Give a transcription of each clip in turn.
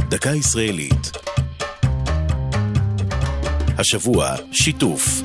דקה ישראלית. השבוע שיתוף.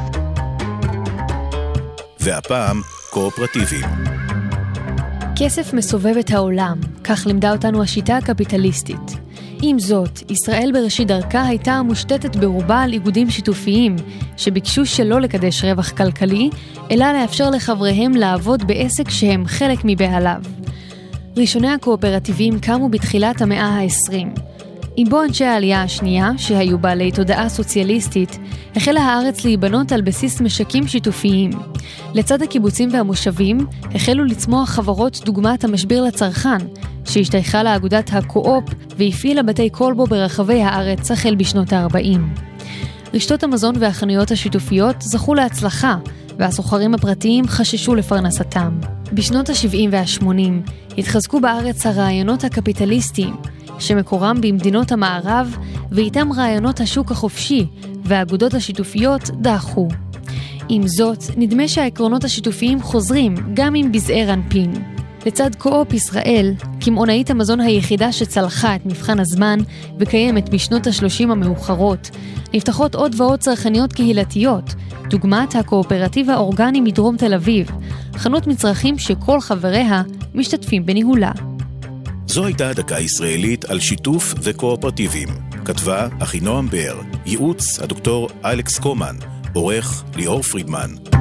והפעם קואופרטיבים. כסף מסובב את העולם, כך לימדה אותנו השיטה הקפיטליסטית. עם זאת, ישראל בראשית דרכה הייתה מושתתת ברובה על איגודים שיתופיים, שביקשו שלא לקדש רווח כלכלי, אלא לאפשר לחבריהם לעבוד בעסק שהם חלק מבעליו. ראשוני הקואופרטיבים קמו בתחילת המאה ה-20. עם בו אנשי העלייה השנייה, שהיו בעלי תודעה סוציאליסטית, החלה הארץ להיבנות על בסיס משקים שיתופיים. לצד הקיבוצים והמושבים, החלו לצמוח חברות דוגמת המשביר לצרכן, שהשתייכה לאגודת הקואופ והפעילה בתי קולבו ברחבי הארץ החל בשנות ה-40. רשתות המזון והחנויות השיתופיות זכו להצלחה, והסוחרים הפרטיים חששו לפרנסתם. בשנות ה-70 וה-80 התחזקו בארץ הרעיונות הקפיטליסטיים, שמקורם במדינות המערב, ואיתם רעיונות השוק החופשי, והאגודות השיתופיות דעכו. עם זאת, נדמה שהעקרונות השיתופיים חוזרים גם עם בזעיר אנפין. לצד קואופ ישראל, קמעונאית המזון היחידה שצלחה את מבחן הזמן וקיימת בשנות ה-30 המאוחרות, נפתחות עוד ועוד צרכניות קהילתיות, דוגמת הקואופרטיב האורגני מדרום תל אביב, חנות מצרכים שכל חבריה משתתפים בניהולה. זו הייתה דקה ישראלית על שיתוף וקואופרטיבים. כתבה אחינועם בר, ייעוץ הדוקטור אלכס קומן, עורך ליאור פרידמן.